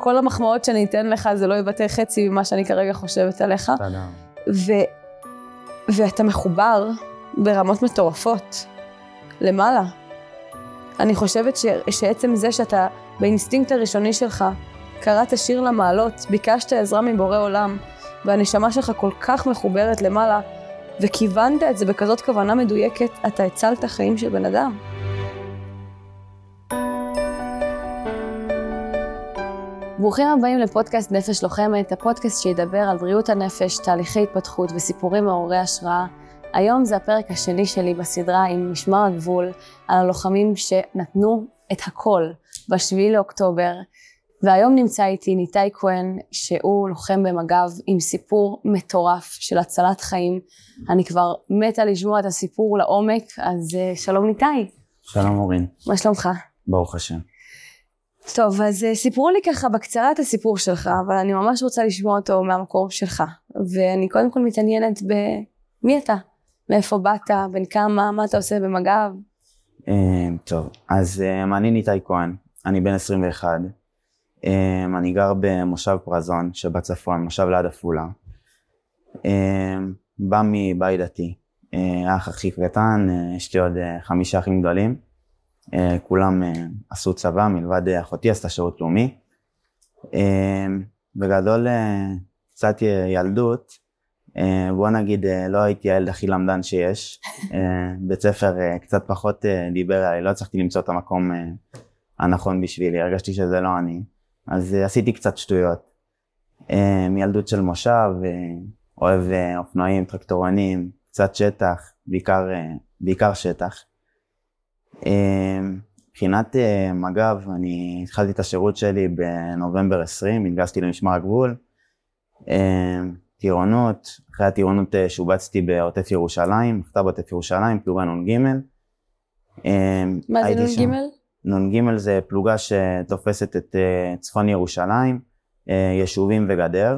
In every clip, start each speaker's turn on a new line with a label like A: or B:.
A: כל המחמאות שאני אתן לך זה לא יבטא חצי ממה שאני כרגע חושבת עליך.
B: תודה.
A: ואתה מחובר ברמות מטורפות, למעלה. אני חושבת שעצם זה שאתה באינסטינקט הראשוני שלך, קראת שיר למעלות, ביקשת עזרה מבורא עולם, והנשמה שלך כל כך מחוברת למעלה, וכיוונת את זה בכזאת כוונה מדויקת, אתה הצלת חיים של בן אדם. ברוכים הבאים לפודקאסט נפש לוחמת, הפודקאסט שידבר על בריאות הנפש, תהליכי התפתחות וסיפורים מעוררי השראה. היום זה הפרק השני שלי בסדרה עם משמר הגבול, על הלוחמים שנתנו את הכל ב7 לאוקטובר. והיום נמצא איתי ניתאי כהן, שהוא לוחם במג"ב עם סיפור מטורף של הצלת חיים. אני כבר מתה לשמוע את הסיפור לעומק, אז שלום ניתאי.
B: שלום אורין.
A: מה שלומך?
B: ברוך השם.
A: טוב, אז סיפרו לי ככה בקצרה את הסיפור שלך, אבל אני ממש רוצה לשמוע אותו מהמקור שלך. ואני קודם כל מתעניינת במי אתה? מאיפה באת? בן כמה? מה אתה עושה במג"ב?
B: טוב, אז אני ניתאי כהן, אני בן 21. אני גר במושב פרזון שבצפון, מושב ליד עפולה. בא מבית דתי, האח הכי קטן, יש לי עוד 5 אחים גדולים. כולם עשו צבא, מלבד אחותי עשתה שירות לאומי. בגדול קצת ילדות, בוא נגיד לא הייתי הילד הכי למדן שיש. בית ספר קצת פחות דיבר עליי, לא הצלחתי למצוא את המקום הנכון בשבילי, הרגשתי שזה לא אני. אז עשיתי קצת שטויות. מילדות של מושב, אוהב אופנועים, טרקטורונים, קצת שטח, בעיקר שטח. מבחינת מג"ב, אני התחלתי את השירות שלי בנובמבר 20, התגייסתי למשמר הגבול. טירונות, אחרי הטירונות שובצתי בעוטף ירושלים, מחתר בעוטף ירושלים, פלוגה נ"ג.
A: מה זה נ"ג?
B: נ"ג זה פלוגה שתופסת את צפון ירושלים, יישובים וגדר.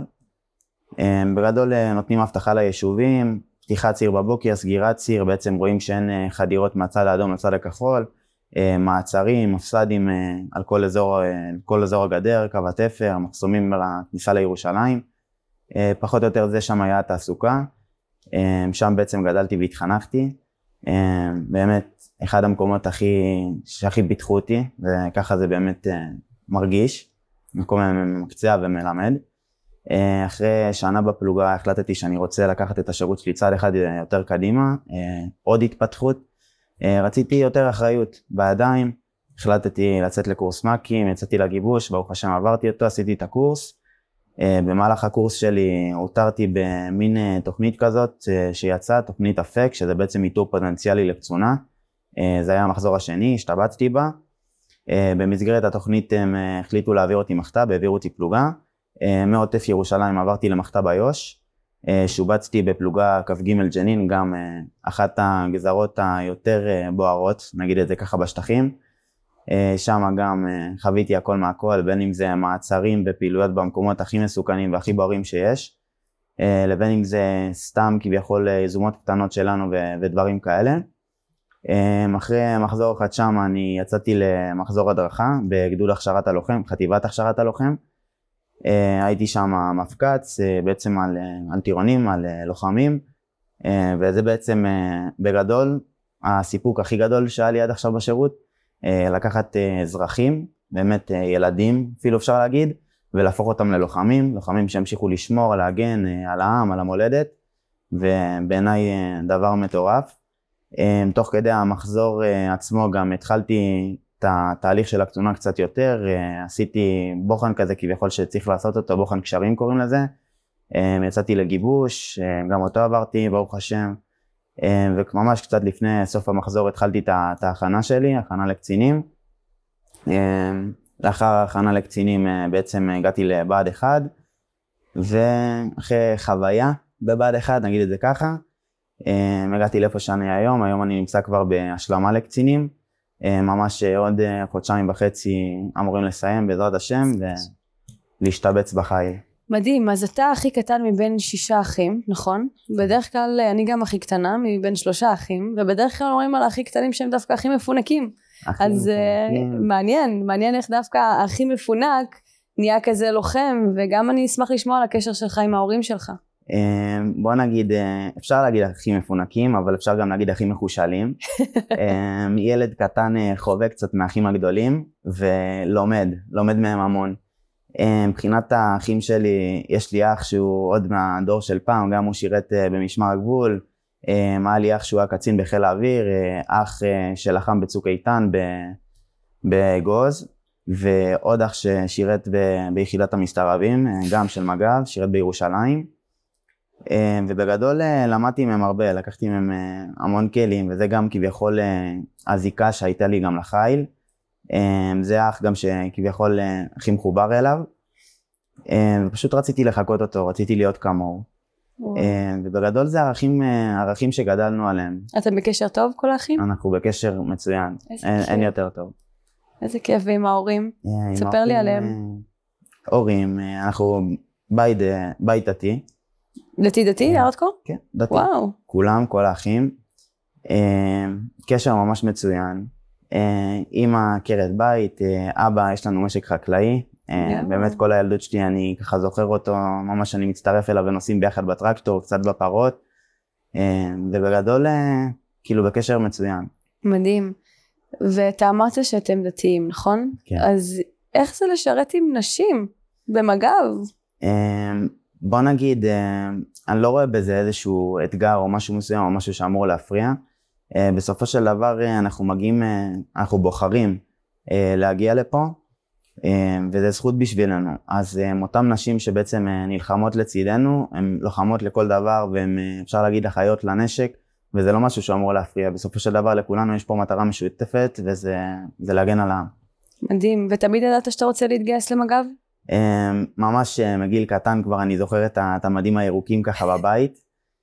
B: בגדול נותנים הבטחה ליישובים, פתיחת ציר בבוקר, סגירת ציר, בעצם רואים שאין חדירות מהצד האדום לצד הכחול, מעצרים, מפסדים על כל אזור הגדר, קו התפר, מחסומים לכניסה לירושלים. פחות או יותר זה שם היה התעסוקה, שם בעצם גדלתי והתחנכתי. באמת אחד המקומות שהכי פיתחו אותי, וככה זה באמת מרגיש, מקום מקצוע ומלמד. אחרי שנה בפלוגה החלטתי שאני רוצה לקחת את השירות שלי צעד אחד יותר קדימה, עוד התפתחות. רציתי יותר אחריות בידיים, החלטתי לצאת לקורס מ"כים, יצאתי לגיבוש, ברוך השם עברתי אותו, עשיתי את הקורס. במהלך הקורס שלי הותרתי במין תוכנית כזאת שיצאה, תוכנית אפק, שזה בעצם איתור פוטנציאלי לקצונה. זה היה המחזור השני, השתבצתי בה. במסגרת התוכנית הם החליטו להעביר אותי מחתב, העבירו אותי פלוגה. מעוטף ירושלים עברתי למחתב ביו"ש, שובצתי בפלוגה כ"ג ג'נין, גם אחת הגזרות היותר בוערות, נגיד את זה ככה בשטחים. שם גם חוויתי הכל מהכל, בין אם זה מעצרים ופעילויות במקומות הכי מסוכנים והכי בוערים שיש, לבין אם זה סתם כביכול יזומות קטנות שלנו ודברים כאלה. אחרי מחזור אחד שם אני יצאתי למחזור הדרכה בגדוד הכשרת הלוחם, חטיבת הכשרת הלוחם. הייתי שם מפקץ בעצם על טירונים, על לוחמים, וזה בעצם בגדול הסיפוק הכי גדול שהיה לי עד עכשיו בשירות, לקחת אזרחים, באמת ילדים אפילו אפשר להגיד, ולהפוך אותם ללוחמים, לוחמים שהמשיכו לשמור, להגן על העם, על המולדת, ובעיניי דבר מטורף. תוך כדי המחזור עצמו גם התחלתי את התהליך של הקצונה קצת יותר, עשיתי בוחן כזה כביכול שצריך לעשות אותו, בוחן קשרים קוראים לזה, יצאתי לגיבוש, גם אותו עברתי ברוך השם, וממש קצת לפני סוף המחזור התחלתי את ההכנה שלי, הכנה לקצינים. לאחר ההכנה לקצינים בעצם הגעתי לבה"ד 1, ואחרי חוויה בבה"ד 1, נגיד את זה ככה, הגעתי לאיפה שאני היום אני נמצא כבר בהשלמה לקצינים, ממש עוד 1.5 חודשים אמורים לסיים בעזרת השם ולהשתבץ בחיל.
A: מדהים, אז אתה הכי קטן מבין 6 אחים, נכון? בדרך כלל אני גם הכי קטנה מבין 3 אחים, ובדרך כלל אומרים על הכי קטנים שהם דווקא הכי מפונקים. אז מעניין איך דווקא הכי מפונק נהיה כזה לוחם, וגם אני אשמח לשמוע על הקשר שלך עם ההורים שלך.
B: בוא נגיד, אפשר להגיד הכי מפונקים, אבל אפשר גם להגיד הכי מחושלים. ילד קטן חווה קצת מהאחים הגדולים, ולומד מהם המון. מבחינת האחים שלי, יש לי אח שהוא עוד מהדור של פעם, גם הוא שירת במשמר הגבול, היה לי אח שהוא היה קצין בחיל האוויר, אח שלחם בצוק איתן בגוז, ועוד אח ששירת ביחידת המסתערבים, גם של מג"ב, שירת בירושלים. ובגדול למדתי מהם הרבה, לקחתי מהם המון כלים, וזה גם כביכול הזיקה שהייתה לי גם לחיל. זה אח גם שכביכול הכי מחובר אליו, ופשוט רציתי לחקות אותו, רציתי להיות כמוהו. ובגדול זה ערכים שגדלנו עליהם.
A: אתם בקשר טוב כל האחים?
B: אנחנו בקשר מצוין, אין יותר טוב.
A: איזה כיף, ועם ההורים? ספר לי עליהם.
B: הורים, אנחנו בית דתי.
A: דתי, ארדקור?
B: כן, דתי.
A: וואו.
B: כולם, כל האחים. קשר ממש מצוין. אמא עקרת בית, אבא יש לנו משק חקלאי. באמת כל הילדות שלי אני ככה זוכר אותו, ממש אני מצטרף אליו ונוסעים ביחד בטרקטור, קצת בפרות. ובגדול כאילו בקשר מצוין.
A: מדהים. ואתה אמרת שאתם דתיים, נכון?
B: כן.
A: אז איך זה לשרת עם נשים במג"ב?
B: בוא נגיד, אני לא רואה בזה איזשהו אתגר או משהו מסוים או משהו שאמור להפריע. בסופו של דבר אנחנו בוחרים להגיע לפה, וזה זכות בשבילנו. אז אותם נשים שבעצם נלחמות לצידנו, הן לוחמות לכל דבר, והן אפשר להגיד אחיות לנשק, וזה לא משהו שאמור להפריע. בסופו של דבר לכולנו יש פה מטרה משותפת, וזה להגן על העם. מדהים.
A: ותמיד ידעת שאתה רוצה להתגייס למג"ב?
B: ממש מגיל קטן כבר אני זוכר את המדים הירוקים ככה בבית,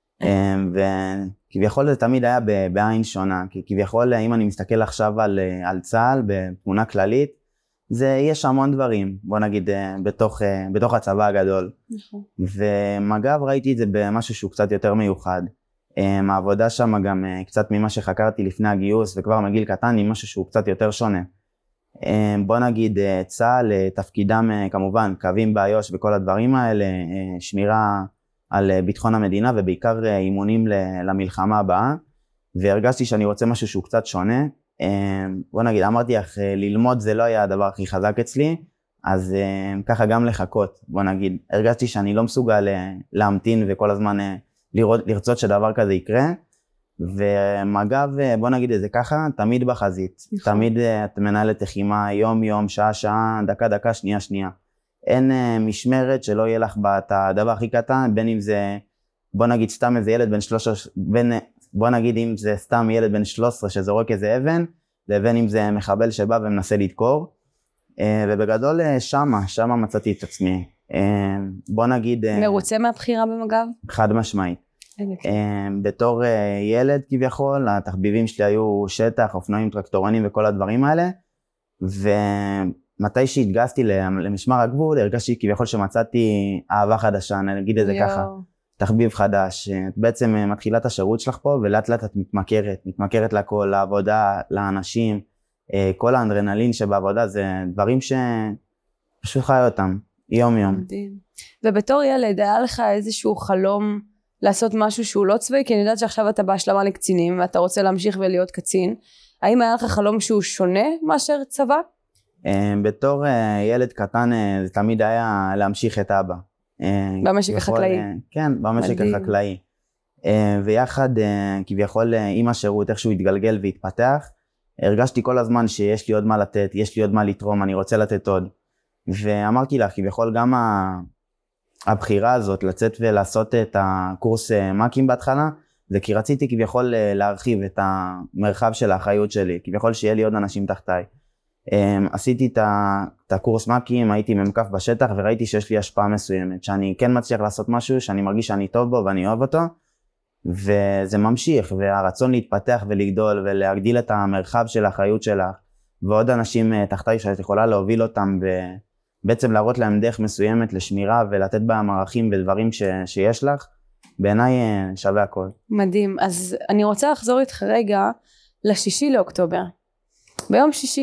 B: וכביכול זה תמיד היה בעין שונה, כי כביכול אם אני מסתכל עכשיו על צה"ל בתמונה כללית, יש המון דברים, בוא נגיד, בתוך הצבא הגדול. ומג"ב ראיתי את זה במשהו שהוא קצת יותר מיוחד. העבודה שם גם קצת ממה שחקרתי לפני הגיוס, וכבר מגיל קטן עם משהו שהוא קצת יותר שונה. בוא נגיד, צה"ל, תפקידם כמובן, קווים באיו"ש וכל הדברים האלה, שמירה על ביטחון המדינה, ובעיקר אימונים למלחמה הבאה. והרגשתי שאני רוצה משהו שהוא קצת שונה. בוא נגיד, אמרתי לך, ללמוד זה לא היה הדבר הכי חזק אצלי, אז ככה גם לחכות, בוא נגיד. הרגשתי שאני לא מסוגל להמתין וכל הזמן לרצות שדבר כזה יקרה, ומג"ב, בוא נגיד את זה ככה, תמיד בחזית. תמיד את מנהלת לחימה יום, שעה, דקה, שנייה. אין משמרת שלא יהיה לך את הדבר הכי קטן, בין אם זה, בוא נגיד סתם איזה ילד בן 13, בוא נגיד אם זה סתם ילד בן 13 שזורק איזה אבן, לבין אם זה מחבל שבא ומנסה לדקור. ובגדול שמה מצאתי את עצמי. בוא נגיד...
A: מרוצה מהבחירה במג"ב?
B: חד משמעית. בתור ילד כביכול, התחביבים שלי היו שטח, אופנועים, טרקטורונים וכל הדברים האלה, ומתי שהתגייסתי למשמר הגבול, הרגשתי כביכול שמצאתי אהבה חדשה, נגיד את זה ככה. תחביב חדש, את בעצם מתחילה את השירות שלך פה, ולאט לאט את מתמכרת לכל, לעבודה, לאנשים, כל האנדרנלין שבעבודה, זה דברים שפשוט חי אותם, יום.
A: מדהים. ובתור ילד, היה לך איזשהו חלום לעשות משהו שהוא לא צבאי? כי אני יודעת שעכשיו אתה בהשלמה לקצינים, ואתה רוצה להמשיך ולהיות קצין. האם היה לך חלום שהוא שונה מאשר צבא?
B: בתור ילד קטן, זה תמיד היה להמשיך את אבא.
A: במשק החקלאי.
B: כן, במשק החקלאי. ויחד כביכול עם השירות, איך שהוא התגלגל והתפתח, הרגשתי כל הזמן שיש לי עוד מה לתת, יש לי עוד מה לתרום, אני רוצה לתת עוד. ואמרתי לך, כביכול גם הבחירה הזאת לצאת ולעשות את הקורס מ"כים בהתחלה, זה כי רציתי כביכול להרחיב את המרחב של האחריות שלי, כביכול שיהיה לי עוד אנשים תחתיי. עשיתי את הקורס מ"כים, הייתי ממקף בשטח וראיתי שיש לי השפעה מסוימת, שאני כן מצליח לעשות משהו שאני מרגיש שאני טוב בו ואני אוהב אותו, וזה ממשיך, והרצון להתפתח ולגדול ולהגדיל את המרחב של האחריות שלך, ועוד אנשים תחתיי שאת יכולה להוביל אותם, ובעצם להראות להם דרך מסוימת לשמירה ולתת בהם ערכים ודברים שיש לך, בעיניי שווה הכל.
A: מדהים. אז אני רוצה לחזור איתך רגע ל6 לאוקטובר. ביום שישי,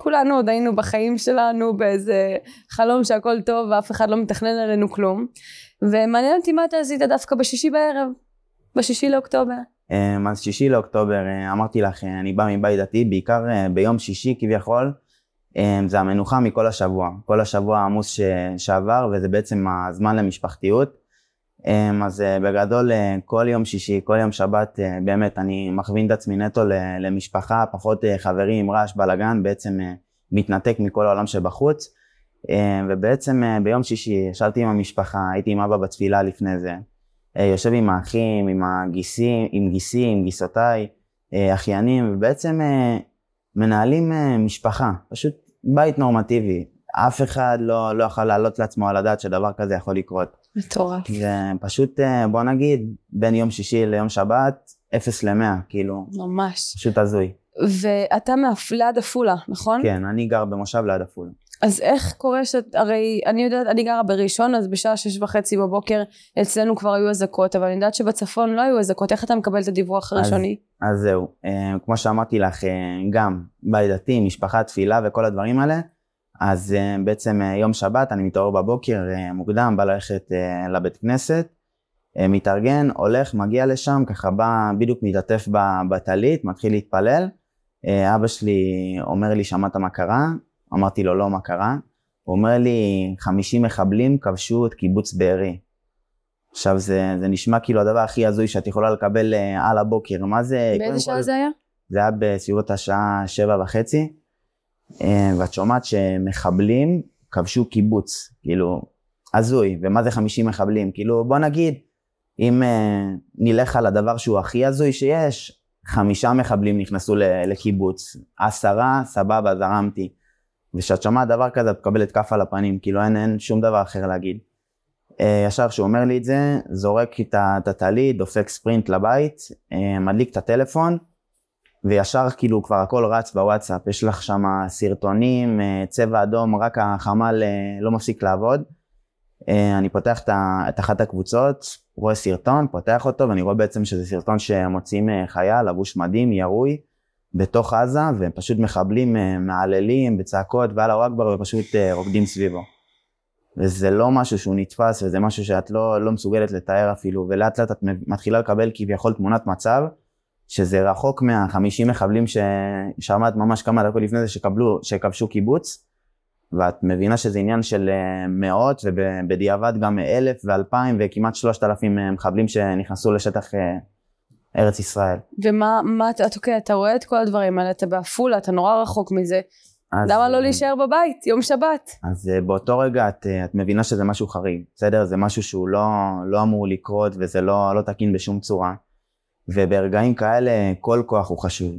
A: כולנו עוד היינו בחיים שלנו באיזה חלום שהכל טוב ואף אחד לא מתכנן עלינו כלום. ומעניין אותי מה אתה עשית דווקא בשישי בערב, בשישי לאוקטובר.
B: אז שישי לאוקטובר, אמרתי לך, אני בא מבית דתי, בעיקר ביום שישי כביכול, זה המנוחה מכל השבוע, כל השבוע העמוס שעבר, וזה בעצם הזמן למשפחתיות. אז בגדול כל יום שישי, כל יום שבת, באמת אני מכווין את עצמי נטו למשפחה, פחות חברים, רעש, בלגן, בעצם מתנתק מכל העולם שבחוץ. ובעצם ביום שישי ישבתי עם המשפחה, הייתי עם אבא בתפילה לפני זה, יושב עם האחים, עם הגיסים, עם גיסותיי, אחיינים, ובעצם מנהלים משפחה, פשוט בית נורמטיבי. אף אחד לא יכול לעלות לעצמו על הדעת שדבר כזה יכול לקרות.
A: מטורף.
B: זה פשוט, בוא נגיד, בין יום שישי ליום שבת, 0 ל-100, כאילו.
A: ממש.
B: פשוט הזוי.
A: ואתה ליד עפולה, נכון?
B: כן, אני גר במושב ליד עפולה.
A: אז איך קורה הרי אני יודעת, אני גרה בראשון, אז בשעה 6:30 בבוקר אצלנו כבר היו אזעקות, אבל אני יודעת שבצפון לא היו אזעקות, איך אתה מקבל את הדיווח הראשוני?
B: אז זהו, כמו שאמרתי לך, גם בית דתי, משפחה, תפילה וכל הדברים האלה, אז בעצם יום שבת אני מתעורר בבוקר מוקדם, בא ללכת לבית כנסת, מתארגן, הולך, מגיע לשם, ככה בא בדיוק מתעטף בטלית, מתחיל להתפלל, אבא שלי אומר לי, שמעת מה קרה? אמרתי לו, לא, מה קרה? הוא אומר לי, 50 מחבלים כבשו את קיבוץ בארי. עכשיו זה נשמע כאילו הדבר הכי הזוי שאת יכולה לקבל על הבוקר. מה זה?
A: באיזה שעה זה היה?
B: זה היה בסביבות השעה 7:30, ואת שומעת שמחבלים כבשו קיבוץ, כאילו, הזוי. ומה זה 50 מחבלים? כאילו, בוא נגיד, אם נלך על הדבר שהוא הכי הזוי שיש, 5 מחבלים נכנסו לקיבוץ, 10, סבבה, זרמתי. ושאת שומעת דבר כזה, את מקבלת כף על הפנים, כאילו אין שום דבר אחר להגיד. ישר שהוא אומר לי את זה, זורק את הטלית, דופק ספרינט לבית, מדליק את הטלפון, וישר כאילו כבר הכל רץ בוואטסאפ, יש לך שם סרטונים, צבע אדום, רק החמ"ל לא מפסיק לעבוד. אני פותח את אחת הקבוצות, רואה סרטון, פותח אותו, ואני רואה בעצם שזה סרטון שמוצאים חייל, לבוש מדים, ירוי, בתוך עזה, ופשוט מחבלים, מעללים, בצעקות, ועל אכבר, ופשוט רוקדים סביבו. וזה לא משהו שהוא נתפס, וזה משהו שאת לא מסוגלת לתאר אפילו, ולאט לאט את מתחילה לקבל כביכול תמונת מצב, שזה רחוק מה-50 מחבלים ששמעת ממש כמה דקות לפני זה שכבשו קיבוץ, ואת מבינה שזה עניין של מאות, ובדיעבד גם 1,000 ו2,000 וכמעט 3,000 מחבלים שנכנסו לשטח ארץ ישראל.
A: ומה אתה רואה את כל הדברים האלה, אתה בעפולה, אתה נורא רחוק מזה, למה לא להישאר בבית, יום שבת? אז
B: באותו רגע את מבינה שזה משהו חריג, בסדר? זה משהו שהוא לא אמור לקרות, וזה לא תקין בשום צורה, וברגעים כאלה כל כוח הוא חשוב.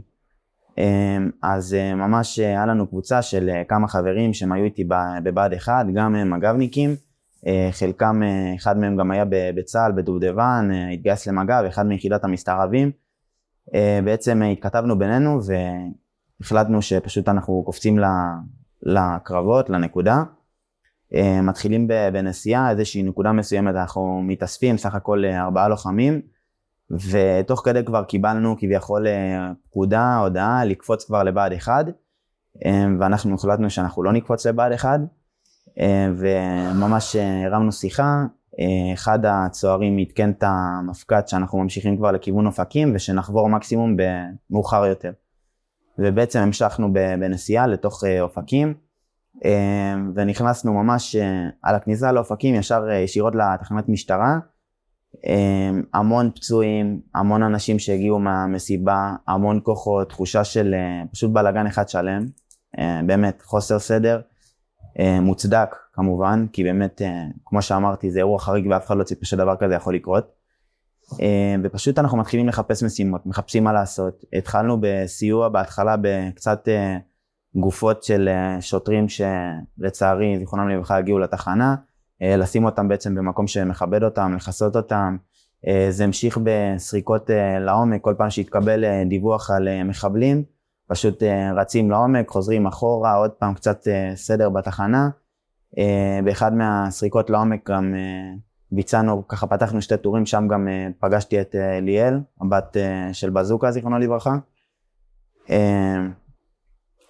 B: אז ממש היה לנו קבוצה של כמה חברים שהם היו איתי בבה"ד 1, גם מג"בניקים, חלקם, אחד מהם גם היה בצה"ל, בדובדבן, התגייס למג"ב, אחד מיחידת המסתערבים. בעצם התכתבנו בינינו והחלטנו שפשוט אנחנו קופצים לקרבות, לנקודה. מתחילים בנסיעה, איזושהי נקודה מסוימת, אנחנו מתאספים, סך הכל 4 לוחמים, ותוך כדי כבר קיבלנו כביכול פקודה, הודעה, לקפוץ כבר לבה"ד 1, ואנחנו החלטנו שאנחנו לא נקפוץ לבה"ד 1, וממש הרמנו שיחה, אחד הצוערים התקן את המפקד שאנחנו ממשיכים כבר לכיוון אופקים, ושנחבור מקסימום במאוחר יותר. ובעצם המשכנו בנסיעה לתוך אופקים, ונכנסנו ממש על הכניסה לאופקים, ישר ישירות לתחנת משטרה, המון פצועים, המון אנשים שהגיעו מהמסיבה, המון כוחות, תחושה של פשוט בלגן אחד שלם, באמת חוסר סדר, מוצדק כמובן, כי באמת, כמו שאמרתי, זה אירוע חריג ואף אחד לא ציפה שדבר כזה יכול לקרות. ופשוט אנחנו מתחילים לחפש משימות, מחפשים מה לעשות. התחלנו בסיוע בהתחלה בקצת גופות של שוטרים שלצערי, זיכרונם לברכה, הגיעו לתחנה, לשים אותם בעצם במקום שמכבד אותם, לחסות אותם. זה המשיך בסריקות לעומק, כל פעם שהתקבל דיווח על מחבלים, פשוט רצים לעומק, חוזרים אחורה, עוד פעם קצת סדר בתחנה. באחד מהסריקות לעומק גם ביצענו, ככה פתחנו 2 טורים, שם גם פגשתי את ליאל, הבת של בזוקה, זיכרונו לברכה.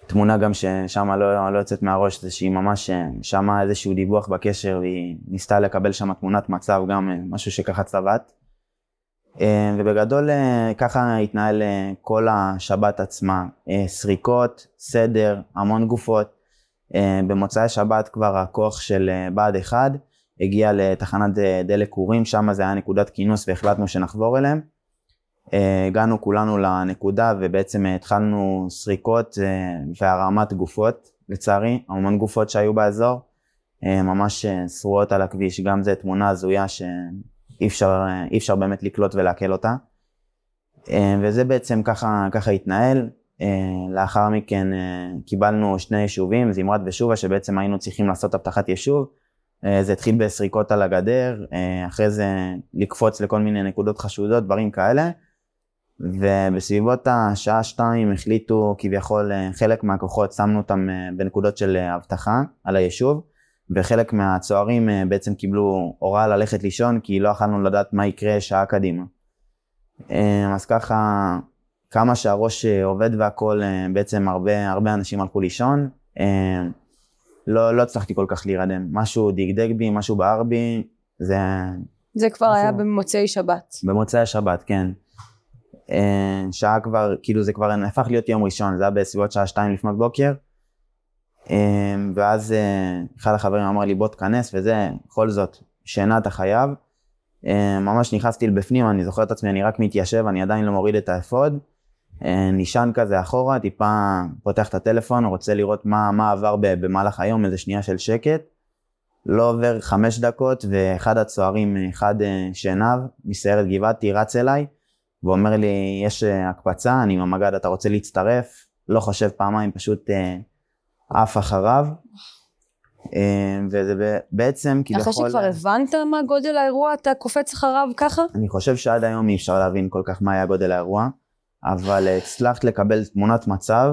B: תמונה גם ששם לא יוצאת מהראש, זה שהיא ממש שמה איזשהו דיווח בקשר, והיא ניסתה לקבל שם תמונת מצב, גם משהו שככה צבט. ובגדול ככה התנהל כל השבת עצמה, סריקות, סדר, המון גופות. במוצאי שבת כבר הכוח של בה"ד 1 הגיע לתחנת דלק קורים, שם זה היה נקודת כינוס והחלטנו שנחבור אליהם. הגענו כולנו לנקודה ובעצם התחלנו סריקות והרמת גופות, לצערי, המון גופות שהיו באזור, ממש שרועות על הכביש, גם זה תמונה הזויה שאי אפשר באמת לקלוט ולעכל אותה. וזה בעצם ככה התנהל. לאחר מכן קיבלנו 2 יישובים, זמרת ושובה, שבעצם היינו צריכים לעשות הבטחת יישוב. זה התחיל בסריקות על הגדר, אחרי זה לקפוץ לכל מיני נקודות חשודות, דברים כאלה. ובסביבות השעה 2 החליטו כביכול חלק מהכוחות, שמנו אותם בנקודות של הבטחה על היישוב, וחלק מהצוערים בעצם קיבלו הוראה ללכת לישון, כי לא יכולנו לדעת מה יקרה שעה קדימה. אז ככה, כמה שהראש עובד והכל, בעצם הרבה אנשים הלכו לישון. לא הצלחתי כל כך להירדם, משהו דגדג בי, משהו בער בי,
A: זה כבר היה במוצאי שבת.
B: במוצאי שבת, כן. שעה כבר, כאילו זה כבר הפך להיות יום ראשון, זה היה בסביבות שעה 2 לפנות בוקר. ואז אחד החברים אמר לי בוא תכנס, וזה, בכל זאת, שינה אתה חייב. ממש נכנסתי לבפנים, אני זוכר את עצמי, אני רק מתיישב, אני עדיין לא מוריד את האפוד. נשען כזה אחורה, טיפה פותח את הטלפון, רוצה לראות מה עבר במהלך היום, איזה שנייה של שקט. לא עובר 5 דקות, ואחד הצוערים, אחד שעיניו, מסיירת גבעתי, רץ אליי, ואומר לי, יש הקפצה, אני עם המגד, אתה רוצה להצטרף? לא חושב פעמיים, פשוט עף אחריו. וזה בעצם כביכול...
A: אחרי שכבר הבנת מה גודל האירוע, אתה קופץ אחריו ככה?
B: אני חושב שעד היום אי אפשר להבין כל כך מה היה גודל האירוע, אבל הצלחת לקבל תמונת מצב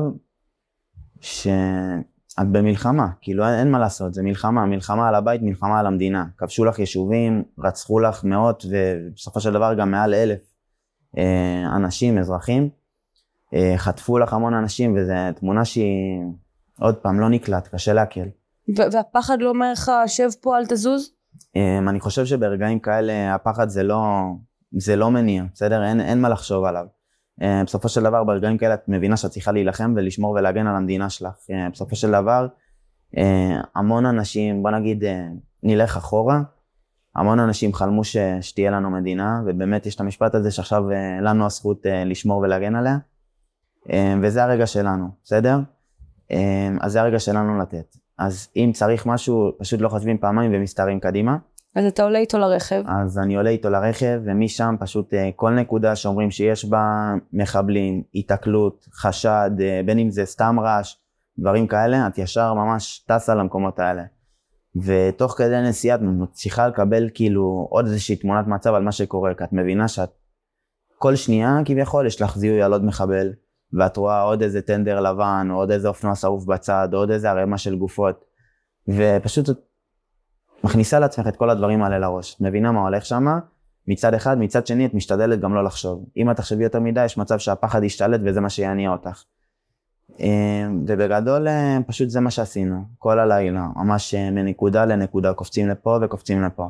B: שאת במלחמה, כאילו אין מה לעשות, זה מלחמה על הבית, מלחמה על המדינה. כבשו לך יישובים, רצחו לך מאות, ובסופו של דבר גם מעל 1,000 אנשים, אזרחים. חטפו לך המון אנשים, וזו תמונה שהיא, עוד פעם, לא נקלט, קשה להקל.
A: והפחד לא אומר לך, שב פה, אל תזוז?
B: אני חושב שברגעים כאלה, הפחד זה לא מניע, בסדר? אין מה לחשוב עליו. בסופו של דבר, ברגעים כאלה את מבינה שאת צריכה להילחם ולשמור ולהגן על המדינה שלך. בסופו של דבר, המון אנשים, בוא נגיד, נלך אחורה, המון אנשים חלמו שתהיה לנו מדינה, ובאמת יש את המשפט הזה שעכשיו לנו הזכות לשמור ולהגן עליה, וזה הרגע שלנו, בסדר? אז זה הרגע שלנו לתת. אז אם צריך משהו, פשוט לא חושבים פעמיים ומסתרים קדימה.
A: אז אתה עולה איתו לרכב?
B: אז אני עולה איתו לרכב, ומשם פשוט כל נקודה שאומרים שיש בה מחבלים, התקלות, חשד, בין אם זה סתם רעש, דברים כאלה, את ישר ממש טסה למקומות האלה. ותוך כדי נסיעה את צריכה לקבל כאילו עוד איזושהי תמונת מצב על מה שקורה, כי את מבינה שאת כל שנייה כביכול יש לך זיהוי על עוד מחבל, ואת רואה עוד איזה טנדר לבן, או עוד איזה אופנוע שרוף בצד, או עוד איזה ערימה של גופות, ופשוט מכניסה לעצמך את כל הדברים האלה לראש. את מבינה מה הולך שם, מצד אחד, מצד שני את משתדלת גם לא לחשוב. אם את תחשבי יותר מדי, יש מצב שהפחד ישתלט וזה מה שיניע אותך. ובגדול פשוט זה מה שעשינו, כל הלילה, ממש מנקודה לנקודה, קופצים לפה וקופצים לפה.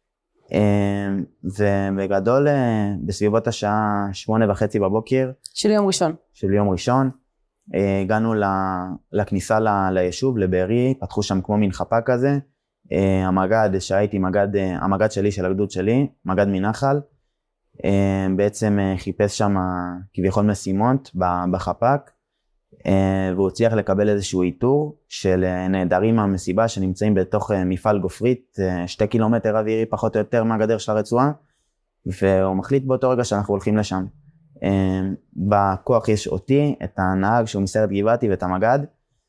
B: ובגדול בסביבות השעה 8:30 בבוקר. של יום ראשון. הגענו לכניסה ליישוב, לבארי, פתחו שם כמו מין חפה כזה. המגד שהייתי, המגד שלי, של הגדוד שלי, מגד מנחל, בעצם חיפש שם כביכול משימות בחפק, והוא הצליח לקבל איזשהו איתור של נעדרים מהמסיבה שנמצאים בתוך מפעל גופרית, 2 קילומטר אווירי פחות או יותר מהגדר של הרצועה, והוא מחליט באותו רגע שאנחנו הולכים לשם. בכוח יש אותי, את הנהג שהוא מסיירת גבעתי ואת המגד,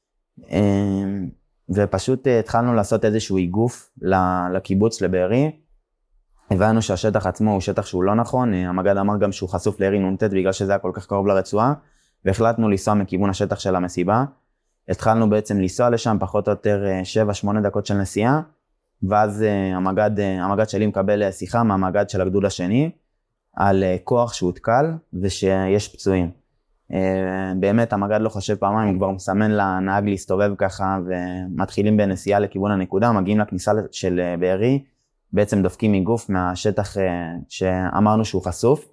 B: ופשוט התחלנו לעשות איזשהו איגוף לקיבוץ לבארי. הבנו שהשטח עצמו הוא שטח שהוא לא נכון, המגד אמר גם שהוא חשוף לירי נ"ט בגלל שזה היה כל כך קרוב לרצועה, והחלטנו לנסוע מכיוון השטח של המסיבה. התחלנו בעצם לנסוע לשם פחות או יותר 7-8 דקות של נסיעה, ואז המגד שלי מקבל שיחה מהמגד של הגדוד השני, על כוח שהותקל ושיש פצועים. באמת המג"ד לא חושב פעמיים, הוא כבר מסמן לנהג להסתובב ככה, ומתחילים בנסיעה לכיוון הנקודה, מגיעים לכניסה של בארי, בעצם דופקים מגוף מהשטח שאמרנו שהוא חשוף,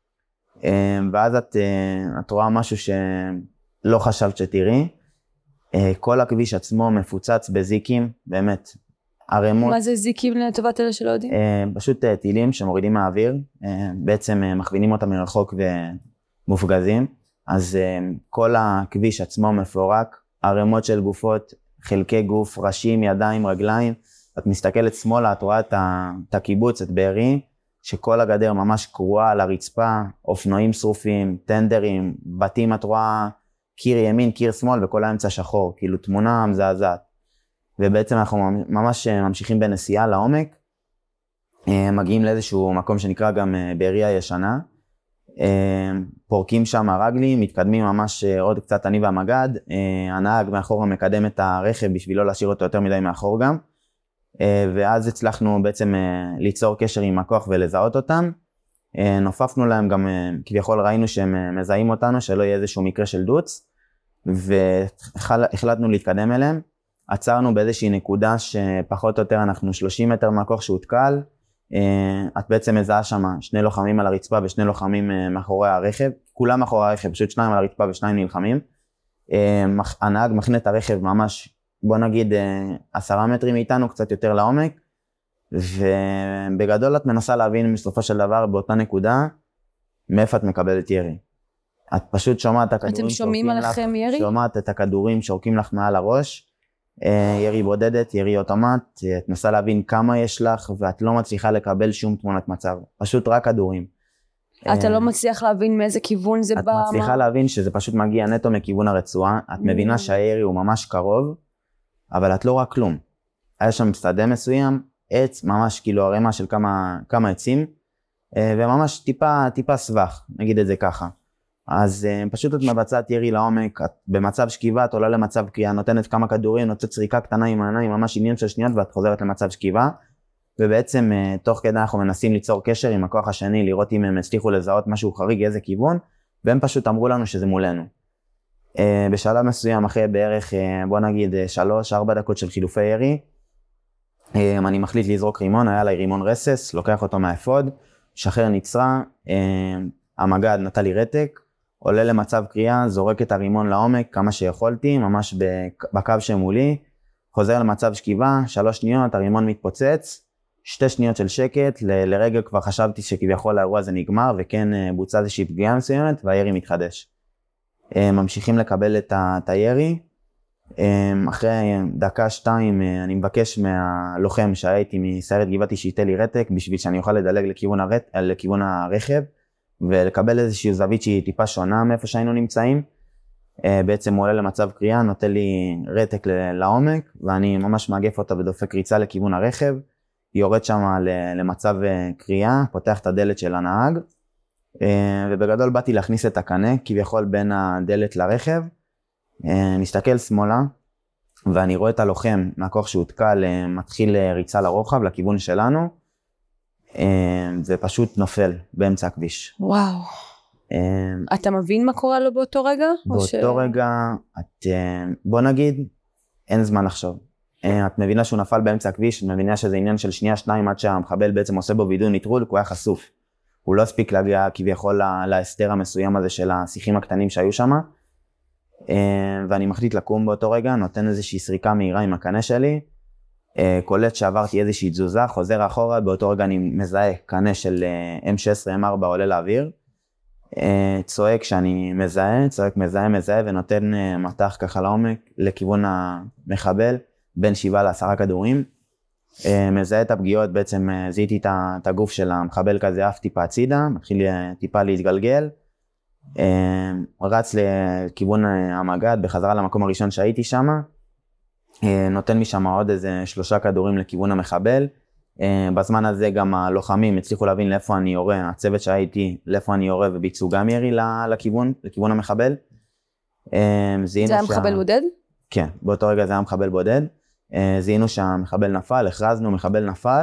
B: ואז את רואה משהו שלא חשבת שתראי, כל הכביש עצמו מפוצץ בזיקים, באמת, הרמות.
A: מה זה זיקים לטובת אלה שלא יודעים?
B: פשוט טילים שמורידים מהאוויר, בעצם מכווינים אותם מרחוק ומופגזים, אז כל הכביש עצמו מפורק, הרמות של גופות, חלקי גוף, ראשים, ידיים, רגליים, את מסתכלת שמאלה, את רואה את הקיבוץ, את בארי, שכל הגדר ממש קרועה על הרצפה, אופנועים שרופים, טנדרים, בתים, את רואה קיר ימין, קיר שמאל, וכל האמצע שחור, כאילו תמונה מזעזעת. ובעצם אנחנו ממש ממשיכים בנסיעה לעומק, מגיעים לאיזשהו מקום שנקרא גם בארי הישנה, פורקים שם הרגלים, מתקדמים ממש עוד קצת אני והמג"ד, הנהג מאחור מקדם את הרכב בשביל לא להשאיר אותו יותר מדי מאחור גם, ואז הצלחנו בעצם ליצור קשר עם הכוח ולזהות אותם, נופפנו להם גם, כביכול ראינו שהם מזהים אותנו, שלא יהיה איזשהו מקרה של דוץ, והחלטנו להתקדם אליהם, עצרנו באיזושהי נקודה שפחות או יותר אנחנו 30 מטר מהכוח שהותקל, את בעצם מזהה שם שני לוחמים על הרצפה ושני לוחמים מאחורי הרכב, כולם מאחורי הרכב, פשוט שניים על הרצפה ושניים נלחמים, הנהג מכין את הרכב ממש, בוא נגיד 10 מטרים מאיתנו, קצת יותר לעומק, ובגדול את מנסה להבין בסופו של דבר באותה נקודה, מאיפה את מקבלת ירי. את פשוט שומעת את הכדורים
A: אתם שומעים עליכם ירי?
B: שומעת את הכדורים שורקים לך מעל הראש, ירי בודדת, ירי אוטומט, את מנסה להבין כמה יש לך, ואת לא מצליחה לקבל שום תמונת מצב, פשוט רק כדורים.
A: אתה לא מצליח להבין מאיזה כיוון זה בא?
B: את מצליחה להבין שזה פשוט מגיע נטו מכיוון הרצועה, את מבינה שהירי הוא ממש קרוב, אבל את לא רואה כלום. היה שם שדה מסוים, עץ, ממש כאילו הרמה של כמה עצים, וממש טיפה סבך, נגיד את זה ככה. אז פשוט את מבצעת ירי לעומק, את במצב שכיבה, את עולה למצב קריאה, נותנת כמה כדורים, נוצאת צריקה קטנה עם העיניים, ממש עניין של שניות, ואת חוזרת למצב שכיבה, ובעצם תוך כדי אנחנו מנסים ליצור קשר עם הכוח השני, לראות אם הם הצליחו לזהות משהו חריג, איזה כיוון, והם פשוט אמרו לנו שזה מולנו. בשלב מסוים, אחרי בערך, בוא נגיד 3-4 דקות של חילופי ירי, אני מחליט לזרוק רימון, היה לי רימון רסס, לוקח אותו מהאפוד, שחרר נצרה, המג"ד נתן לי רתק, עולה למצב קריאה, זורק את הרימון לעומק כמה שיכולתי, ממש בקו שמולי, חוזר למצב שכיבה, 3 שניות, הרימון מתפוצץ, 2 שניות של שקט, לרגע כבר חשבתי שכביכול האירוע הזה נגמר, וכן בוצע איזושהי פגיעה מסוימת, והירי מתחדש. ממשיכים לקבל את הירי, אחרי 1-2 אני מבקש מהלוחם שהיה איתי מסיירת גבעתי שייתן לי רתק, בשביל שאני אוכל לדלג לכיוון הרכב, ולקבל איזושהי זווית שהיא טיפה שונה מאיפה שהיינו נמצאים, בעצם הוא עולה למצב קריאה, נותן לי רתק לעומק, ואני ממש מאגף אותה ודופק ריצה לכיוון הרכב, יורד שם למצב קריאה, פותח את הדלת של הנהג, ובגדול באתי להכניס את הקנה, כביכול בין הדלת לרכב, נסתכל שמאלה, ואני רואה את הלוחם מהכוח שהותקל, מתחיל ריצה לרוחב, לכיוון שלנו, ופשוט נופל באמצע הכביש.
A: וואו. אתה מבין מה קורה לו באותו רגע?
B: באותו רגע, בוא נגיד, אין זמן לחשוב. את מבינה שהוא נפל באמצע הכביש, את מבינה שזה עניין של 1-2, עד שהמחבל בעצם עושה בו וידוא נטרול, הוא היה חשוף. הוא לא הספיק להגיע כביכול להסתר המסוים הזה של השיחים הקטנים שהיו שם, ואני מחליט לקום באותו רגע, נותן איזושהי סריקה מהירה עם הקנה שלי, קולט שעברתי איזושהי תזוזה, חוזר אחורה, באותו רגע אני מזהה קנה של M16, M4 עולה לאוויר, צועק שאני מזהה, מזהה ונותן מטח ככה לעומק לכיוון המחבל, בין 7-10 כדורים, מזהה את הפגיעות, בעצם זיהיתי את הגוף של המחבל כזה, אף טיפה הצידה, מתחיל טיפה להתגלגל, רץ לכיוון המג"ד, בחזרה למקום הראשון שהייתי שם, נותן משם עוד איזה 3 כדורים לכיוון המחבל, בזמן הזה גם הלוחמים הצליחו להבין לאיפה אני יורה, הצוות שהייתי לאיפה אני יורה וביצעו גם ירי לכיוון המחבל.
A: זה היה מחבל בודד?
B: כן, באותו רגע זה היה מחבל בודד, זיהינו שהמחבל נפל, הכרזנו מחבל נפל,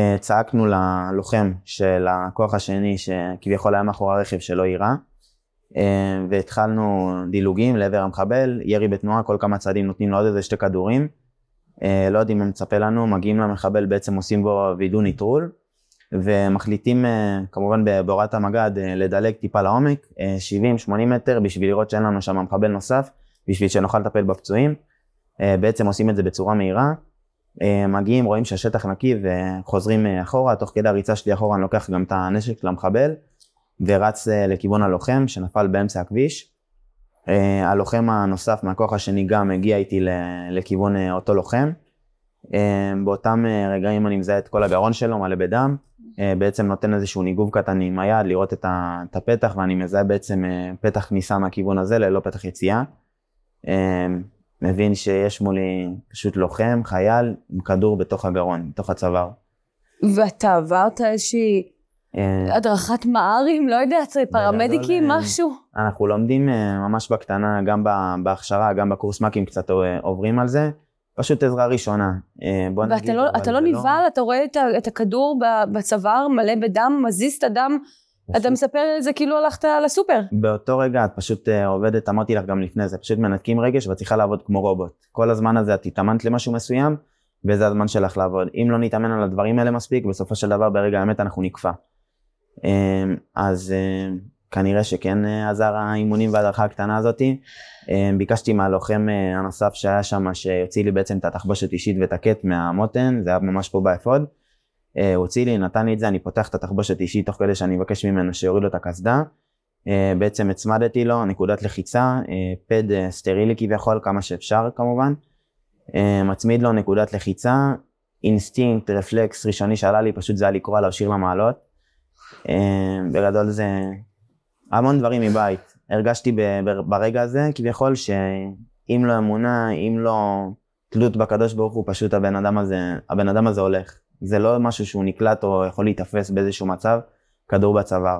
B: צעקנו ללוחם של הכוח השני שכביכול היה מאחורי הרכב שלא יירה, והתחלנו דילוגים לעבר המחבל, ירי בתנועה, כל כמה צעדים נותנים לו עוד איזה 2 כדורים, לא יודעים מה מצפה לנו, מגיעים למחבל, בעצם עושים בו וידוא ניטרול, ומחליטים כמובן בהוראת המג"ד לדלג טיפה לעומק, 70-80 מטר, בשביל לראות שאין לנו שם מחבל נוסף, בשביל שנוכל לטפל בפצועים. בעצם עושים את זה בצורה מהירה, מגיעים, רואים שהשטח נקי וחוזרים אחורה, תוך כדי הריצה שלי אחורה אני לוקח גם את הנשק למחבל, ורץ לכיוון הלוחם שנפל באמצע הכביש. הלוחם הנוסף מהכוח השני גם הגיע איתי לכיוון אותו לוחם. באותם רגעים אני מזהה את כל הגרון שלו מלא בדם, בעצם נותן איזשהו ניגוב קטן עם היד לראות את הפתח, ואני מזהה בעצם פתח כניסה מהכיוון הזה ללא פתח יציאה. מבין שיש מולי פשוט לוחם, חייל, עם כדור בתוך הגרון, בתוך הצוואר.
A: ואתה עברת איזושהי הדרכת מערים, לא יודעת, פרמדיקים, משהו?
B: אנחנו לומדים ממש בקטנה, גם בהכשרה, גם בקורס מקים קצת עוברים על זה, פשוט עזרה ראשונה.
A: ואתה לא נבהל, אתה רואה את הכדור בצוואר מלא בדם, מזיז את הדם, אתה מספר על זה כאילו הלכת לסופר.
B: באותו רגע את פשוט עובדת, אמרתי לך גם לפני זה, פשוט מנתקים רגש ואת צריכה לעבוד כמו רובוט. כל הזמן הזה את התאמנת למשהו מסוים, וזה הזמן שלך לעבוד. אם לא נתאמן על הדברים האלה מספיק, בסופו של דבר ברגע האמת אנחנו נקפא. אז כנראה שכן עזר האימונים וההדרכה הקטנה הזאת. ביקשתי מהלוחם הנוסף שהיה שם, שיוציא לי בעצם את התחבושת אישית ואת הקט מהמותן, זה היה ממש פה באפוד. הוא הוציא לי, נתן לי את זה, אני פותח את התחבושת אישית תוך כדי שאני מבקש ממנו שיוריד לו את הקסדה. בעצם הצמדתי לו נקודת לחיצה, פד סטרילי כביכול, כמה שאפשר כמובן. מצמיד לו נקודת לחיצה, אינסטינקט, רפלקס ראשוני שעלה לי, פשוט זה היה לקרוא על השיר למעלות. בגדול זה המון דברים מבית. הרגשתי ברגע הזה כביכול שאם לא אמונה, אם לא תלות בקדוש ברוך הוא, פשוט הבן אדם הזה הולך. זה לא משהו שהוא נקלט או יכול להתאפס באיזשהו מצב, כדור בצוואר.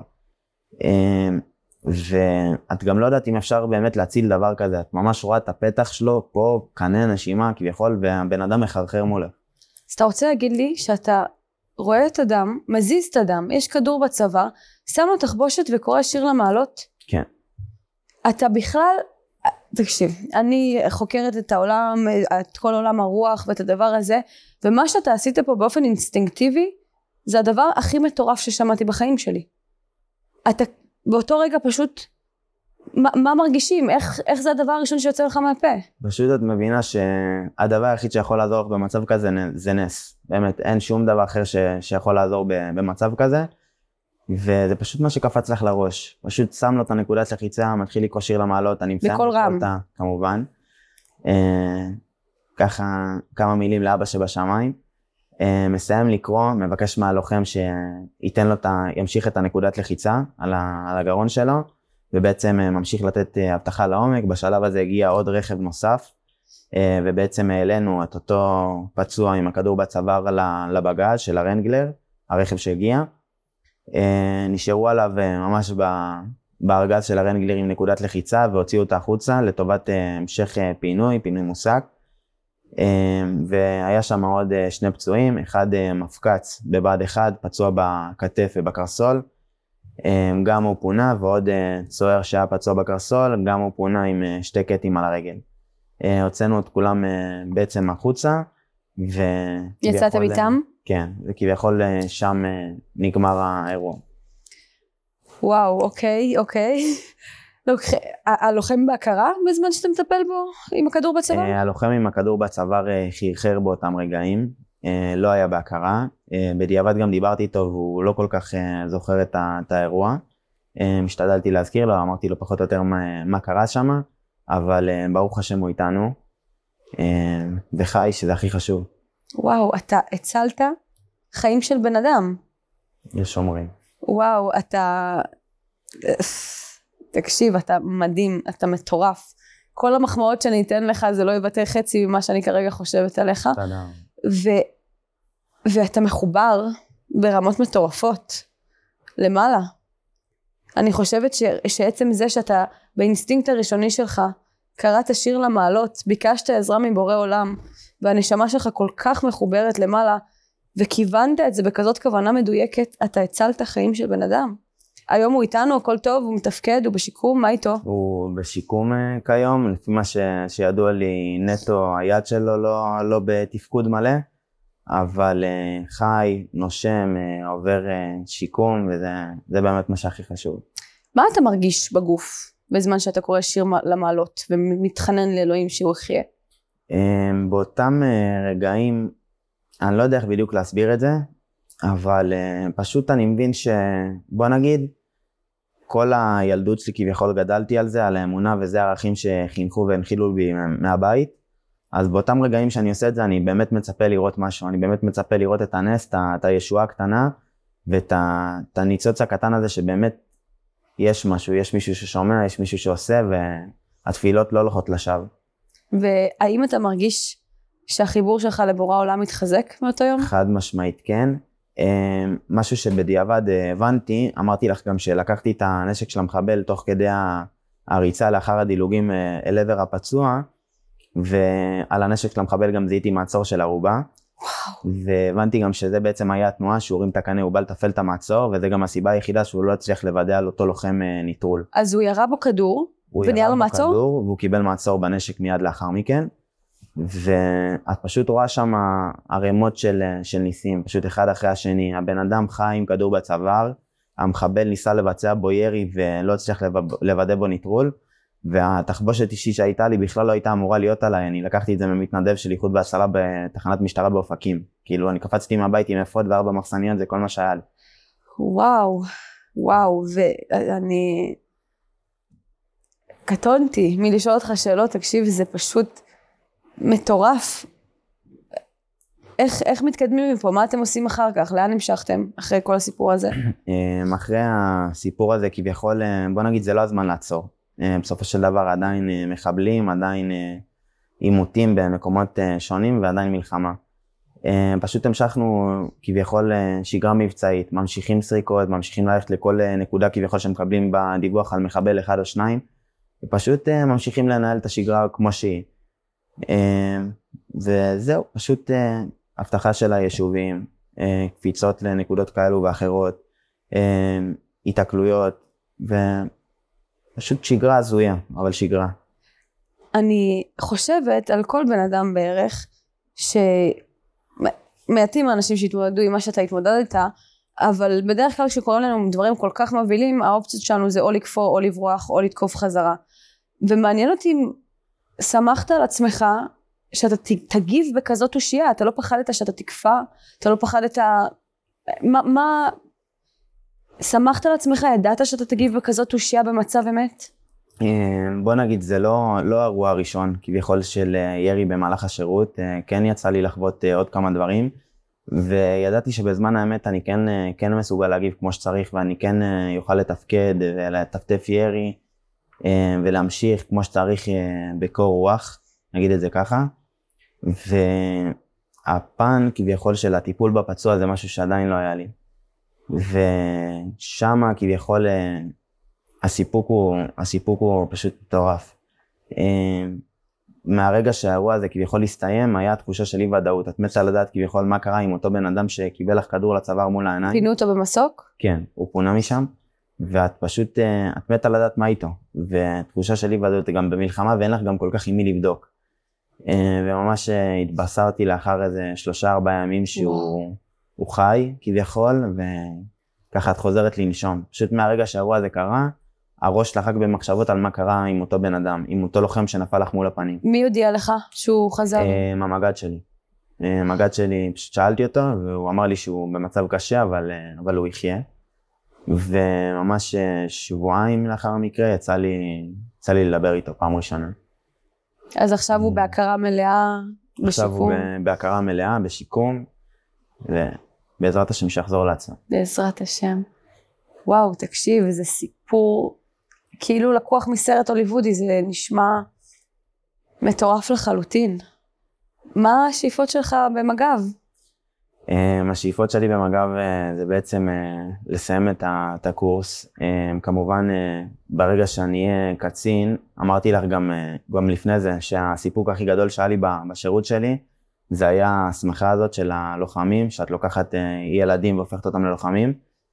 B: ואת גם לא יודעת אם אפשר באמת להציל דבר כזה, את ממש רואה את הפתח שלו, פה קנה נשימה כביכול, והבן אדם מחרחר מולך.
A: אז אתה רוצה להגיד לי שאתה רואה את הדם, מזיז את הדם, יש כדור בצוואר, שם לו תחבושת וקורא שיר למעלות?
B: כן.
A: אתה בכלל, תקשיב, אני חוקרת את העולם, את כל עולם הרוח ואת הדבר הזה, ומה שאתה עשית פה באופן אינסטינקטיבי, זה הדבר הכי מטורף ששמעתי בחיים שלי. אתה באותו רגע פשוט, מה מרגישים? איך זה הדבר הראשון שיוצא לך מהפה?
B: פשוט את מבינה שהדבר היחיד שיכול לעזור לך במצב כזה זה נס. באמת, אין שום דבר אחר שיכול לעזור במצב כזה, וזה פשוט מה שקפץ לך לראש. פשוט שם לו את הנקודת לחיצה, מתחיל לקרוא שיר למעלות, אני מסיים אותה, כמובן. ככה כמה מילים לאבא שבשמיים. מסיים לקרוא, מבקש מהלוחם שייתן לו ימשיך את הנקודת לחיצה על הגרון שלו, ובעצם ממשיך לתת הבטחה לעומק. בשלב הזה הגיע עוד רכב נוסף, ובעצם העלינו את אותו פצוע עם הכדור בצוואר לבגז של הרנגלר, הרכב שהגיע. נשארו עליו ממש בארגז של הרנגלר עם נקודת לחיצה, והוציאו אותה החוצה לטובת המשך פינוי מוסק. והיה שם עוד 2 פצועים, אחד מפקץ בבד אחד, פצוע בכתף ובקרסול, גם הוא פונה, ועוד צוער שהיה פצוע בקרסול, גם הוא פונה עם 2 קטים על הרגל. הוצאנו את כולם בעצם החוצה,
A: יצאתם איתם?
B: כן, וכביכול שם נגמר האירוע.
A: וואו, אוקיי. הלוחם בהכרה בזמן שאתה מטפל בו עם הכדור בצוואר?
B: הלוחם עם הכדור בצוואר חרחר באותם רגעים, לא היה בהכרה. בדיעבד גם דיברתי איתו והוא לא כל כך זוכר את האירוע. משתדלתי להזכיר לו, אמרתי לו פחות או יותר מה קרה שם, אבל ברוך השם הוא איתנו, וחי, שזה הכי חשוב.
A: וואו, אתה הצלת חיים של בן אדם.
B: יש אומרים.
A: וואו, אתה... תקשיב, אתה מדהים, אתה מטורף. כל המחמאות שאני אתן לך זה לא יבטא חצי ממה שאני כרגע חושבת עליך.
B: תודה.
A: ואתה מחובר ברמות מטורפות למעלה. אני חושבת שעצם זה שאתה באינסטינקט הראשוני שלך קראת שיר למעלות, ביקשת עזרה מבורא עולם, והנשמה שלך כל כך מחוברת למעלה, וכיוונת את זה בכזאת כוונה מדויקת, אתה הצלת חיים של בן אדם. היום הוא איתנו, הכל טוב, הוא מתפקד, הוא בשיקום, מה איתו?
B: הוא בשיקום כיום, לפי מה שידוע לי, נטו היד שלו לא בתפקוד מלא, אבל חי, נושם, עובר שיקום, וזה באמת מה שהכי חשוב.
A: מה אתה מרגיש בגוף בזמן שאתה קורא שיר למעלות ומתחנן לאלוהים שהוא יחיה?
B: באותם רגעים, אני לא יודע איך בדיוק להסביר את זה, אבל פשוט אני מבין בוא נגיד, כל הילדות שלי כביכול גדלתי על זה, על האמונה, וזה הערכים שחינכו והנחילו בי מהבית. אז באותם רגעים שאני עושה את זה, אני באמת מצפה לראות משהו, אני באמת מצפה לראות את הנס, את הישועה הקטנה, ואת הניצוץ הקטן הזה שבאמת יש משהו, יש מישהו ששומע, יש מישהו שעושה, והתפילות לא הולכות לשווא.
A: והאם אתה מרגיש שהחיבור שלך לבורא העולם מתחזק מאותו יום?
B: חד משמעית כן. משהו שבדיעבד הבנתי, אמרתי לך גם שלקחתי את הנשק של המחבל תוך כדי הריצה לאחר הדילוגים אל עבר הפצוע, ועל הנשק של המחבל גם זיהיתי מעצור של ערובה.
A: וואו.
B: והבנתי גם שזה בעצם היה התנועה שהוא הרים את הקנה, הוא בא לטפל את המעצור, וזה גם הסיבה היחידה שהוא לא הצליח לוודא על אותו לוחם ניטרול.
A: אז הוא ירה בו כדור, ונהיה לו מעצור?
B: הוא ירה בו כדור, והוא קיבל מעצור בנשק מיד לאחר מכן. ואת פשוט רואה שם הרמות של ניסים, פשוט אחד אחרי השני. הבן אדם חי עם כדור בצוואר, המחבל ניסה לבצע בו ירי ולא הצליח לוודא בו ניטרול, והתחבושת אישית שהייתה לי בכלל לא הייתה אמורה להיות עליי. אני לקחתי את זה ממתנדב של איחוד והצלה בתחנת משטרה באופקים. כאילו אני קפצתי מהבית עם אפוד ו4 מחסניות, זה כל מה שהיה לי.
A: וואו, וואו, ואני קטונתי מלשאול אותך שאלות, תקשיב, זה פשוט מטורף. איך מתקדמים מפה? מה אתם עושים אחר כך? לאן המשכתם אחרי כל הסיפור הזה?
B: אחרי הסיפור הזה כביכול, בוא נגיד זה לא הזמן לעצור. בסופו של דבר עדיין מחבלים, עדיין עימותים במקומות שונים ועדיין מלחמה. פשוט המשכנו כביכול שגרה מבצעית, ממשיכים סריקות, ממשיכים ללכת לכל נקודה כביכול שמקבלים בדיווח על מחבל אחד או שניים, ופשוט ממשיכים לנהל את השגרה כמו שהיא. וזהו, פשוט הבטחה של היישובים, קפיצות לנקודות כאלו ואחרות, התקלויות, ופשוט שגרה הזויה, אבל שגרה.
A: אני חושבת על כל בן אדם בערך, שמעטים האנשים שהתמודדו עם מה שאתה התמודדת, אבל בדרך כלל כשקוראים לנו דברים כל כך מבהילים, האופציות שלנו זה או לקפוא, או לברוח, או לתקוף חזרה. ומעניין אותי אם שמחת על עצמך, שאתה תגיב בכזאת תושייה, אתה לא פחדת שאתה תקפה, אתה לא פחדת, מה, שמחת על עצמך, ידעת שאתה תגיב בכזאת תושייה במצב אמת?
B: בוא נגיד, זה לא האירוע הראשון, כביכול של ירי במהלך השירות, כן יצא לי לחוות עוד כמה דברים, וידעתי שבזמן האמת אני כן מסוגל להגיב כמו שצריך, ואני כן יוכל לתפקד ולטפטף ירי, ולהמשיך כמו שצריך בקור רוח, נגיד את זה ככה. והפן כביכול של הטיפול בפצוע זה משהו שעדיין לא היה לי. ושמה כביכול הסיפוק הוא פשוט מטורף. מהרגע שהאירוע הזה כביכול הסתיים, היה תחושה שלי ודאות. את מתה לדעת כביכול מה קרה עם אותו בן אדם שקיבל לך כדור לצוואר מול העיניים.
A: פינו אותו במסוק?
B: כן, הוא פונה משם. ואת פשוט, את מתה לדעת מה איתו, ותחושה שלי ודאות גם במלחמה, ואין לך גם כל כך עם מי לבדוק. וממש התבשרתי לאחר איזה 3-4 ימים שהוא חי כביכול, וככה את חוזרת לנשום. פשוט מהרגע שהאירוע הזה קרה, הראש לחק במחשבות על מה קרה עם אותו בן אדם, עם אותו לוחם שנפל לך מול הפנים.
A: מי הודיע לך שהוא חזר?
B: המג"ד שלי. המג"ד שלי, פשוט שאלתי אותו, והוא אמר לי שהוא במצב קשה, אבל הוא יחיה. וממש שבועיים לאחר המקרה יצא לי לדבר איתו פעם ראשונה.
A: אז עכשיו הוא בהכרה מלאה בשיקום?
B: עכשיו הוא בהכרה מלאה, בשיקום, ובעזרת השם שיחזור לעצמו.
A: בעזרת השם. וואו, תקשיב, זה סיפור כאילו לקוח מסרט הוליוודי, זה נשמע מטורף לחלוטין. מה השאיפות שלך במג"ב?
B: השאיפות שלי במג"ב זה בעצם לסיים את הקורס. כמובן ברגע שאני אהיה קצין, אמרתי לך גם לפני זה שהסיפוק הכי גדול שהיה לי בשירות שלי, זה היה השמחה הזאת של הלוחמים, שאת לוקחת ילדים והופכת אותם ללוחמים.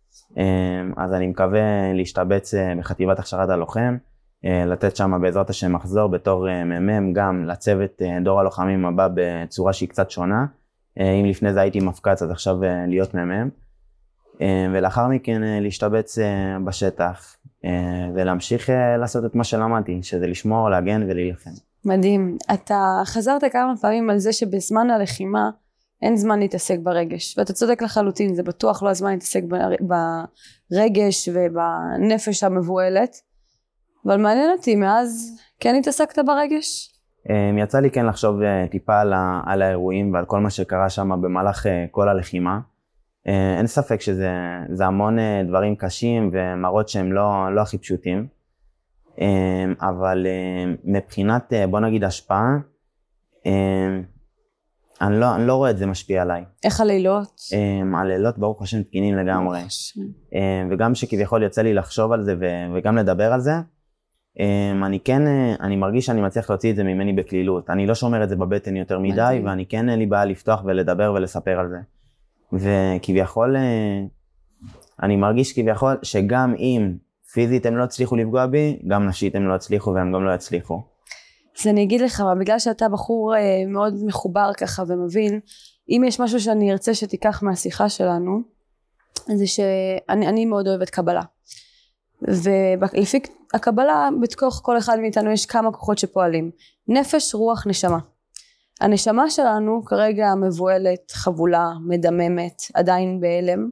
B: אז אני מקווה להשתבץ בחטיבת הכשרת הלוחם, לתת שם בעזרת השם מחזור בתור מ"מ, גם לצוות דור הלוחמים הבא בצורה שהיא קצת שונה. אם לפני זה הייתי מפקץ, אז עכשיו להיות מ"מ. ולאחר מכן להשתבץ בשטח, ולהמשיך לעשות את מה שלמדתי, שזה לשמור, להגן ולהילחם.
A: מדהים. אתה חזרת כמה פעמים על זה שבזמן הלחימה אין זמן להתעסק ברגש, ואתה צודק לחלוטין, זה בטוח לא הזמן להתעסק ברגש ובנפש המבועלת, אבל מעניין אותי, מאז כן התעסקת ברגש?
B: יצא לי כן לחשוב טיפה על האירועים ועל כל מה שקרה שם במהלך כל הלחימה. אין ספק שזה המון דברים קשים ומראות שהם לא הכי פשוטים, אבל מבחינת בוא נגיד השפעה, אני לא רואה את זה משפיע עליי.
A: איך הלילות?
B: הלילות ברוך השם תקינים לגמרי. וגם שכביכול יוצא לי לחשוב על זה וגם לדבר על זה, אני מרגיש שאני מצליח להוציא את זה ממני בקלילות. אני לא שומר את זה בבטן יותר מדי, ואני כן אין לי בעיה לפתוח ולדבר ולספר על זה. וכביכול, אני מרגיש כביכול שגם אם פיזית הם לא הצליחו לפגוע בי, גם נפשית הם לא הצליחו והם גם לא יצליחו.
A: אז אני אגיד לך, בגלל שאתה בחור מאוד מחובר ככה ומבין, אם יש משהו שאני ארצה שתיקח מהשיחה שלנו, זה שאני מאוד אוהבת קבלה. ולפי הקבלה, בתוך כל אחד מאיתנו יש כמה כוחות שפועלים. נפש, רוח, נשמה. הנשמה שלנו כרגע מבועלת, חבולה, מדממת, עדיין בהלם,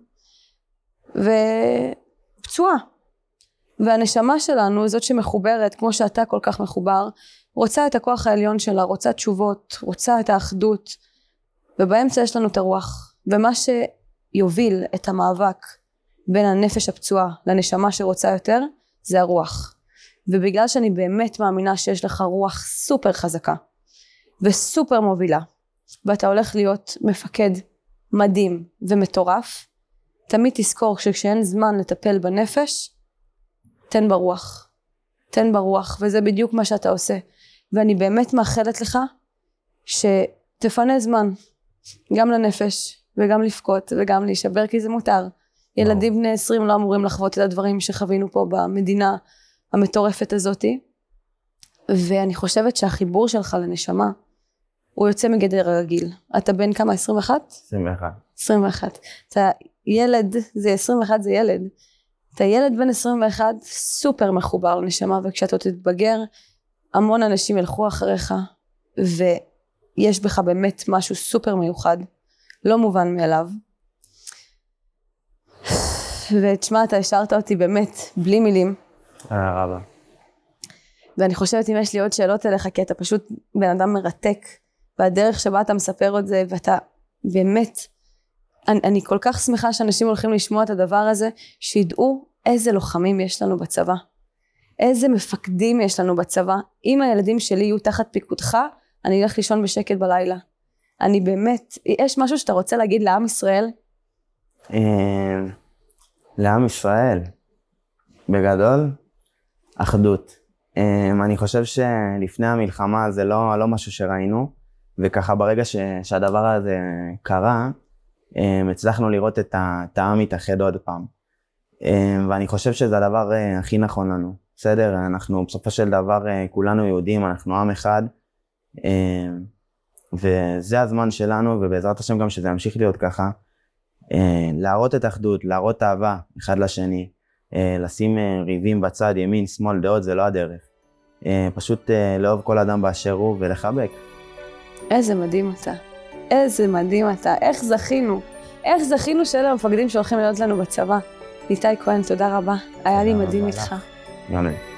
A: ופצועה. והנשמה שלנו, זאת שמחוברת, כמו שאתה כל כך מחובר, רוצה את הכוח העליון שלה, רוצה תשובות, רוצה את האחדות, ובאמצע יש לנו את הרוח. ומה שיוביל את המאבק בין הנפש הפצועה לנשמה שרוצה יותר, זה הרוח. ובגלל שאני באמת מאמינה שיש לך רוח סופר חזקה, וסופר מובילה, ואתה הולך להיות מפקד מדהים ומטורף, תמיד תזכור שכשאין זמן לטפל בנפש, תן ברוח. תן ברוח, וזה בדיוק מה שאתה עושה. ואני באמת מאחלת לך שתפנה זמן, גם לנפש, וגם לפקות, וגם להישבר, כי זה מותר. ילדים בני 20 לא אמורים לחוות את הדברים שחווינו פה במדינה המטורפת הזאת. ואני חושבת שהחיבור שלך לנשמה, הוא יוצא מגדר הרגיל. אתה בן כמה? 21?
B: 21.
A: 21. אתה ילד, זה 21 זה ילד. אתה ילד בן 21 סופר מחובר לנשמה, וכשאתה תתבגר, המון אנשים ילכו אחריך, ויש בך באמת משהו סופר מיוחד, לא מובן מאליו. ותשמע, אתה השארת אותי באמת בלי מילים.
B: רבה.
A: ואני חושבת אם יש לי עוד שאלות אליך, כי אתה פשוט בן אדם מרתק, והדרך שבה אתה מספר את זה, ואתה באמת, אני כל כך שמחה שאנשים הולכים לשמוע את הדבר הזה, שידעו איזה לוחמים יש לנו בצבא, איזה מפקדים יש לנו בצבא. אם הילדים שלי יהיו תחת פיקודך, אני אלך לישון בשקט בלילה. אני באמת, יש משהו שאתה רוצה להגיד לעם ישראל?
B: לעם ישראל, בגדול, אחדות. אני חושב שלפני המלחמה זה לא משהו שראינו, וככה ברגע שהדבר הזה קרה, הצלחנו לראות את העם מתאחד עוד פעם. ואני חושב שזה הדבר הכי נכון לנו. בסדר? אנחנו בסופו של דבר כולנו יהודים, אנחנו עם אחד, וזה הזמן שלנו, ובעזרת השם גם שזה ימשיך להיות ככה, להראות את האחדות, להראות אהבה אחד לשני, לשים ריבים בצד, ימין, שמאל, דעות, זה לא הדרך. פשוט לאהוב כל אדם באשר הוא ולחבק.
A: איזה מדהים אתה. איזה מדהים אתה. איך זכינו. איך זכינו שאלה המפקדים שהולכים להיות לנו בצבא. ניתאי כהן, תודה רבה. היה לי מדהים איתך.
B: גם לי.